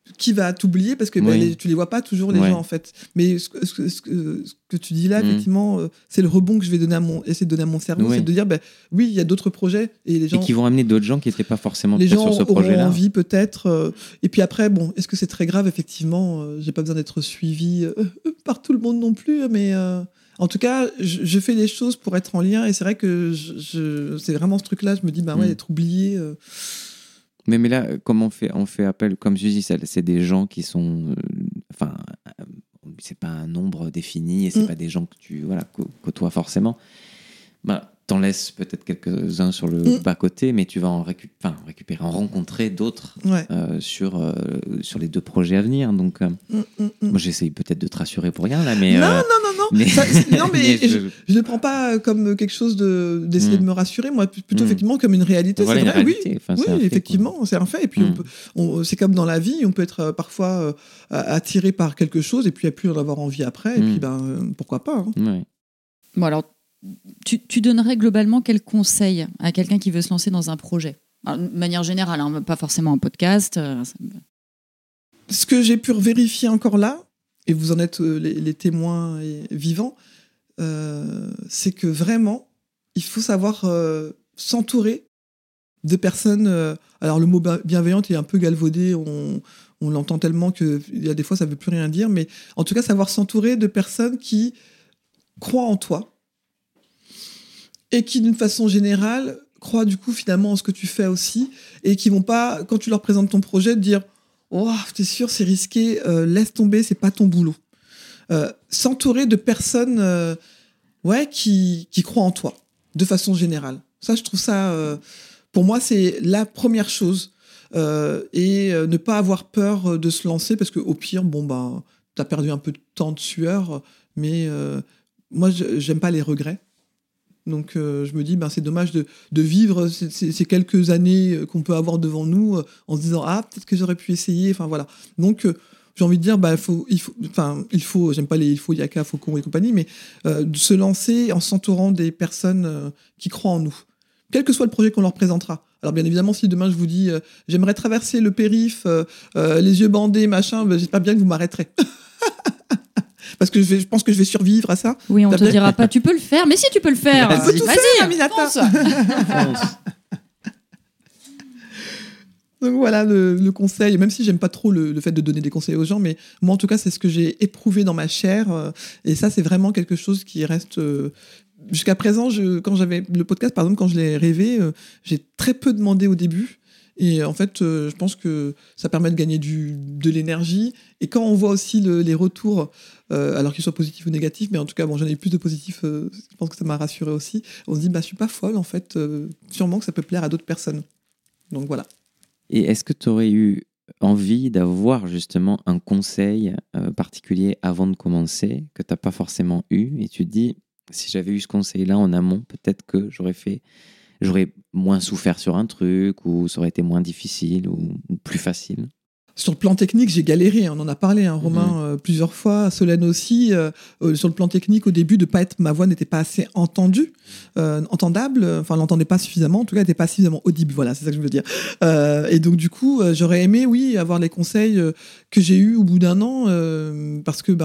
qui va t'oublier parce que tu les vois pas toujours les gens en fait. Mais ce que tu dis là, effectivement, c'est le rebond que je vais essayer de donner à mon cerveau, c'est de dire oui, il y a d'autres projets et les gens qui vont amener d'autres gens qui n'étaient pas forcément les gens sur ce projet-là. Auront envie peut-être. Et puis après, est-ce que c'est très grave? Effectivement, j'ai pas besoin d'être suivi par tout le monde non plus, mais en tout cas, je fais les choses pour être en lien et c'est vrai que c'est vraiment ce truc-là. Je me dis d'être oublié. Mais là, comme on fait appel, comme je dis, c'est des gens qui sont, c'est pas un nombre défini et c'est pas des gens que tu côtoies forcément. T'en laisses peut-être quelques-uns sur le bas-côté, mais tu vas en rencontrer d'autres sur les 2 projets à venir. Donc, moi, j'essaye peut-être de te rassurer pour rien là, mais non. Mais je ne prends pas comme quelque chose d'essayer de me rassurer. Moi, plutôt effectivement comme une réalité. Voilà, c'est vrai, réalité. Oui, effectivement, c'est un fait. Et puis c'est comme dans la vie, on peut être parfois attiré par quelque chose et puis à plus en avoir envie après. Et puis pourquoi pas. Bon alors. Tu donnerais globalement quel conseil à quelqu'un qui veut se lancer dans un projet? Alors, de manière générale, pas forcément un podcast. Ce que j'ai pu vérifier encore là, et vous en êtes les témoins vivants, c'est que vraiment, il faut savoir s'entourer de personnes... alors le mot bienveillante est un peu galvaudé, on l'entend tellement qu'il y a des fois ça ne veut plus rien dire, mais en tout cas savoir s'entourer de personnes qui croient en toi, et qui, d'une façon générale, croient du coup finalement en ce que tu fais aussi, et qui vont pas, quand tu leur présentes ton projet, te dire « Oh, t'es sûr, c'est risqué, laisse tomber, c'est pas ton boulot. » S'entourer de personnes qui croient en toi, de façon générale. Ça, je trouve ça, pour moi, c'est la première chose. Et ne pas avoir peur de se lancer, parce qu'au pire, t'as perdu un peu de temps de sueur, mais moi, j'aime pas les regrets. Donc je me dis c'est dommage de vivre ces quelques années qu'on peut avoir devant nous en se disant peut-être que j'aurais pu essayer, donc j'ai envie de dire il faut j'aime pas les il faut yaka faucon et compagnie, mais de se lancer en s'entourant des personnes qui croient en nous, quel que soit le projet qu'on leur présentera. Alors bien évidemment, si demain je vous dis j'aimerais traverser le périph les yeux bandés machin, j'espère bien que vous m'arrêterez. Parce que je pense que je vais survivre à ça. Oui, on te dira pas, tu peux le faire, mais si tu peux le faire. Vas-y, Aminata. Fonce. Donc voilà le conseil, même si j'aime pas trop le fait de donner des conseils aux gens, mais moi en tout cas c'est ce que j'ai éprouvé dans ma chair, et ça c'est vraiment quelque chose qui reste... Jusqu'à présent, quand j'avais le podcast, par exemple, quand je l'ai rêvé, j'ai très peu demandé au début. Et en fait, je pense que ça permet de gagner de l'énergie. Et quand on voit aussi les retours, alors qu'ils soient positifs ou négatifs, mais en tout cas, j'en ai eu plus de positifs, je pense que ça m'a rassuré aussi. On se dit, je suis pas folle, en fait. Sûrement que ça peut plaire à d'autres personnes. Donc voilà. Et est-ce que tu aurais eu envie d'avoir justement un conseil particulier avant de commencer, que tu n'as pas forcément eu, et tu te dis, si j'avais eu ce conseil-là en amont, peut-être que j'aurais moins souffert sur un truc, ou ça aurait été moins difficile, ou plus facile? Sur le plan technique, j'ai galéré, on en a parlé, Romain, plusieurs fois, Solène aussi. Sur le plan technique, au début, ma voix n'était pas assez entendable, on l'entendait pas suffisamment, en tout cas, elle n'était pas suffisamment audible, voilà, c'est ça que je veux dire. Et donc, du coup, j'aurais aimé, oui, avoir les conseils que j'ai eus au bout d'un an, parce que,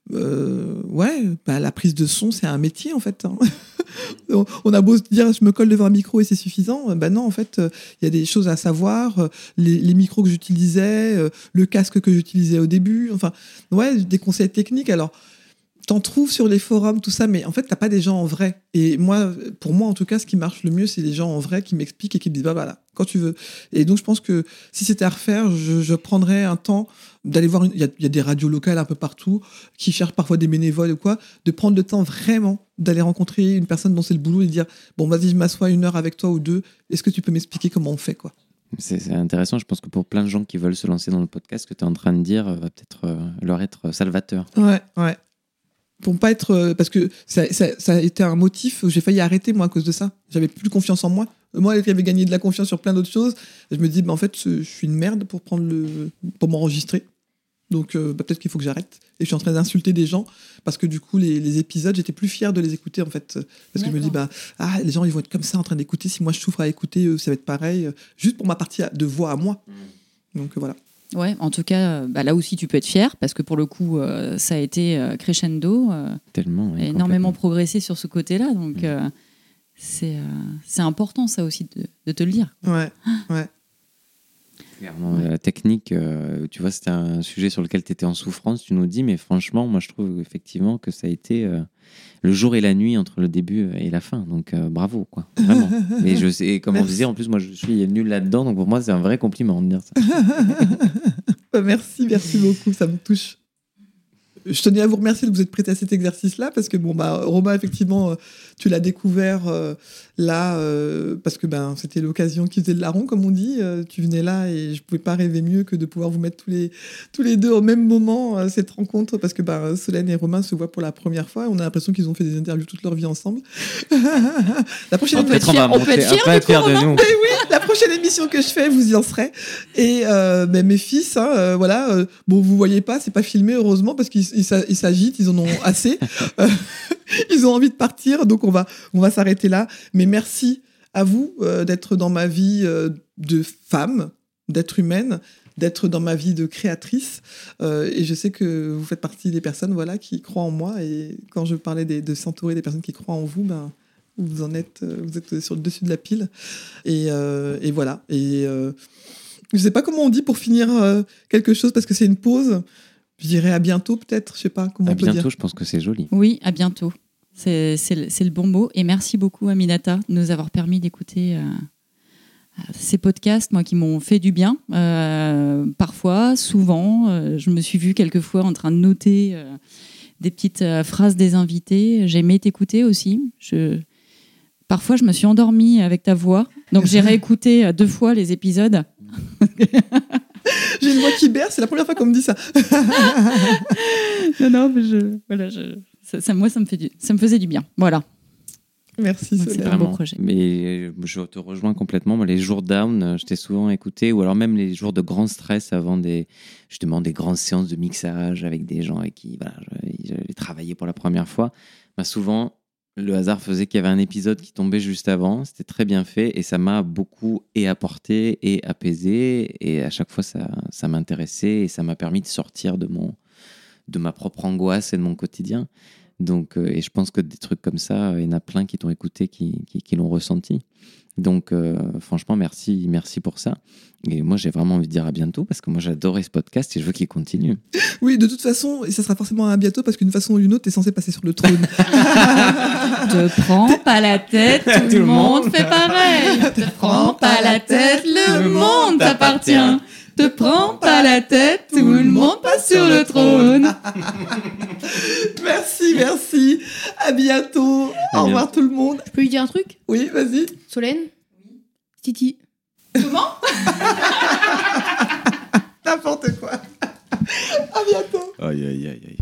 la prise de son, c'est un métier, en fait. On a beau se dire je me colle devant un micro et c'est suffisant, non, en fait il y a des choses à savoir, les micros que j'utilisais, le casque que j'utilisais au début, des conseils techniques. Alors t'en trouves sur les forums, tout ça, mais en fait t'as pas des gens en vrai. Et pour moi en tout cas, ce qui marche le mieux, c'est les gens en vrai qui m'expliquent et qui me disent voilà, quand tu veux. Et donc je pense que si c'était à refaire, je prendrais un temps d'aller voir, il y a des radios locales un peu partout qui cherchent parfois des bénévoles ou quoi, de prendre le temps vraiment d'aller rencontrer une personne dont c'est le boulot et de dire vas-y, je m'assois 1 heure avec toi ou 2, est-ce que tu peux m'expliquer comment on fait, quoi. C'est intéressant, je pense que pour plein de gens qui veulent se lancer dans le podcast, ce que tu es en train de dire va peut-être leur être salvateur. Ouais. Pour pas être... parce que ça a été un motif où j'ai failli arrêter, moi, à cause de ça. J'avais plus confiance en moi. Moi, qui avais gagné de la confiance sur plein d'autres choses, je me dis, en fait, je suis une merde pour m'enregistrer. Donc, peut-être qu'il faut que j'arrête. Et je suis en train d'insulter des gens parce que, du coup, les épisodes, j'étais plus fière de les écouter, en fait. Parce que je me dis, les gens, ils vont être comme ça en train d'écouter. Si moi, je souffre à écouter, ça va être pareil. Juste pour ma partie de voix à moi. Donc, voilà. Ouais, en tout cas, là aussi, tu peux être fier, parce que pour le coup, ça a été crescendo. Tellement. Ouais, énormément progressé sur ce côté-là. Donc, c'est important, ça aussi, de te le dire. Ouais. Clairement, la technique, tu vois, c'était un sujet sur lequel tu étais en souffrance, tu nous dis, mais franchement, moi, je trouve effectivement que ça a été le jour et la nuit entre le début et la fin. Donc, bravo, quoi. Vraiment. Mais je sais, comme on disait, en plus, moi, je suis nul là-dedans, donc pour moi, c'est un vrai compliment de dire ça. Merci beaucoup, ça me touche. Je tenais à vous remercier de vous être prêté à cet exercice-là, parce que Romain, effectivement, tu l'as découvert là, parce que c'était l'occasion qui faisait le larron, comme on dit. Tu venais là et je pouvais pas rêver mieux que de pouvoir vous mettre tous les deux au même moment, cette rencontre, parce que Solène et Romain se voient pour la première fois. On a l'impression qu'ils ont fait des interviews toute leur vie ensemble. La prochaine on peut être fier de nous. Mais oui, la prochaine émission que je fais, vous y en serez. Et mes fils, vous voyez pas, c'est pas filmé, heureusement, parce qu'ils s'agitent, ils en ont assez. Ils ont envie de partir, donc on va s'arrêter là. Mais merci à vous d'être dans ma vie de femme, d'être humaine, d'être dans ma vie de créatrice. Et je sais que vous faites partie des personnes qui croient en moi. Et quand je parlais de s'entourer des personnes qui croient en vous, vous êtes sur le dessus de la pile. Et voilà. Et je sais pas comment on dit pour finir quelque chose, parce que c'est une pause. Je dirais à bientôt, peut-être. Je sais pas comment on peut dire. À bientôt, je pense que c'est joli. Oui, à bientôt. C'est le bon mot. Et merci beaucoup, Aminata, de nous avoir permis d'écouter ces podcasts, moi, qui m'ont fait du bien. Parfois, souvent, je me suis vue quelquefois en train de noter des petites phrases des invités. J'aimais t'écouter aussi. Parfois, je me suis endormie avec ta voix. Donc, j'ai réécouté 2 fois les épisodes. J'ai une voix qui berce, c'est la première fois qu'on me dit ça. Non, mais moi, ça me faisait du bien. Voilà. Merci, Solène. C'est un beau projet. Mais je te rejoins complètement. Moi, les jours down, je t'ai souvent écouté, ou alors même les jours de grand stress avant des grandes séances de mixage avec des gens avec qui j'avais travaillé pour la première fois. Souvent, le hasard faisait qu'il y avait un épisode qui tombait juste avant. C'était très bien fait et ça m'a beaucoup apporté et apaisé. Et à chaque fois, ça m'intéressait et ça m'a permis de sortir de ma propre angoisse et de mon quotidien. Donc, et je pense que des trucs comme ça, il y en a plein qui t'ont écouté, qui l'ont ressenti. Donc, franchement, merci pour ça. Et moi, j'ai vraiment envie de dire à bientôt, parce que moi, j'adorais ce podcast et je veux qu'il continue. Oui, de toute façon, et ça sera forcément à bientôt, parce qu'une façon ou d'une autre, t'es censé passer sur le trône. Te prends pas la tête, tout le monde fait pareil. Te prends pas la tête, le monde t'appartient. Te prends pas la tête, tout le monde passe sur le trône. Merci. À bientôt. Au revoir tout le monde. Je peux lui dire un truc ? Oui, vas-y. Solène ? Titi. Comment ? N'importe quoi. À bientôt. Aïe.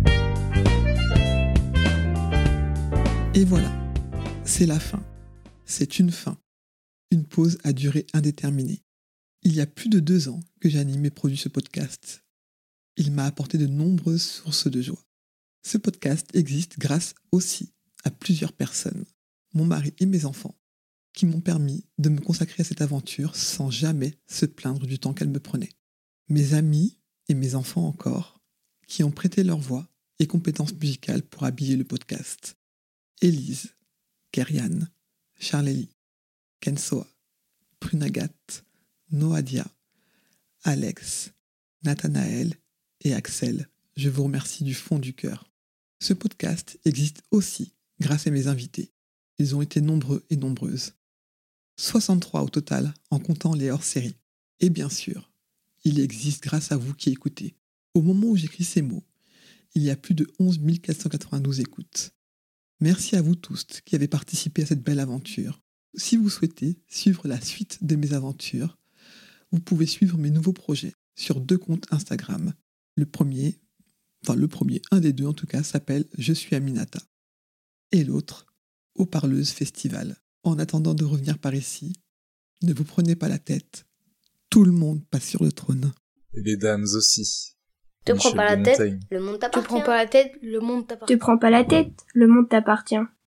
Et voilà. C'est la fin. C'est une fin. Une pause à durée indéterminée. Il y a plus de 2 ans que j'anime et produis ce podcast. Il m'a apporté de nombreuses sources de joie. Ce podcast existe grâce aussi à plusieurs personnes, mon mari et mes enfants, qui m'ont permis de me consacrer à cette aventure sans jamais se plaindre du temps qu'elle me prenait. Mes amis et mes enfants encore, qui ont prêté leur voix et compétences musicales pour habiller le podcast. Élise, Kerian, Charlélie, Kensoa, Prunagat, Noadia, Alex, Nathanaël et Axel, je vous remercie du fond du cœur. Ce podcast existe aussi grâce à mes invités. Ils ont été nombreux et nombreuses. 63 au total, en comptant les hors-séries. Et bien sûr, il existe grâce à vous qui écoutez. Au moment où j'écris ces mots, il y a plus de 11 492 écoutes. Merci à vous tous qui avez participé à cette belle aventure. Si vous souhaitez suivre la suite de mes aventures, vous pouvez suivre mes nouveaux projets sur 2 comptes Instagram. Le premier, un des 2 en tout cas, s'appelle Je suis Aminata. Et l'autre, Haut-Parleuse Festival. En attendant de revenir par ici, ne vous prenez pas la tête. Tout le monde passe sur le trône. Et les dames aussi. Te prends pas la tête, le monde t'appartient. Te prends pas la tête, le monde t'appartient.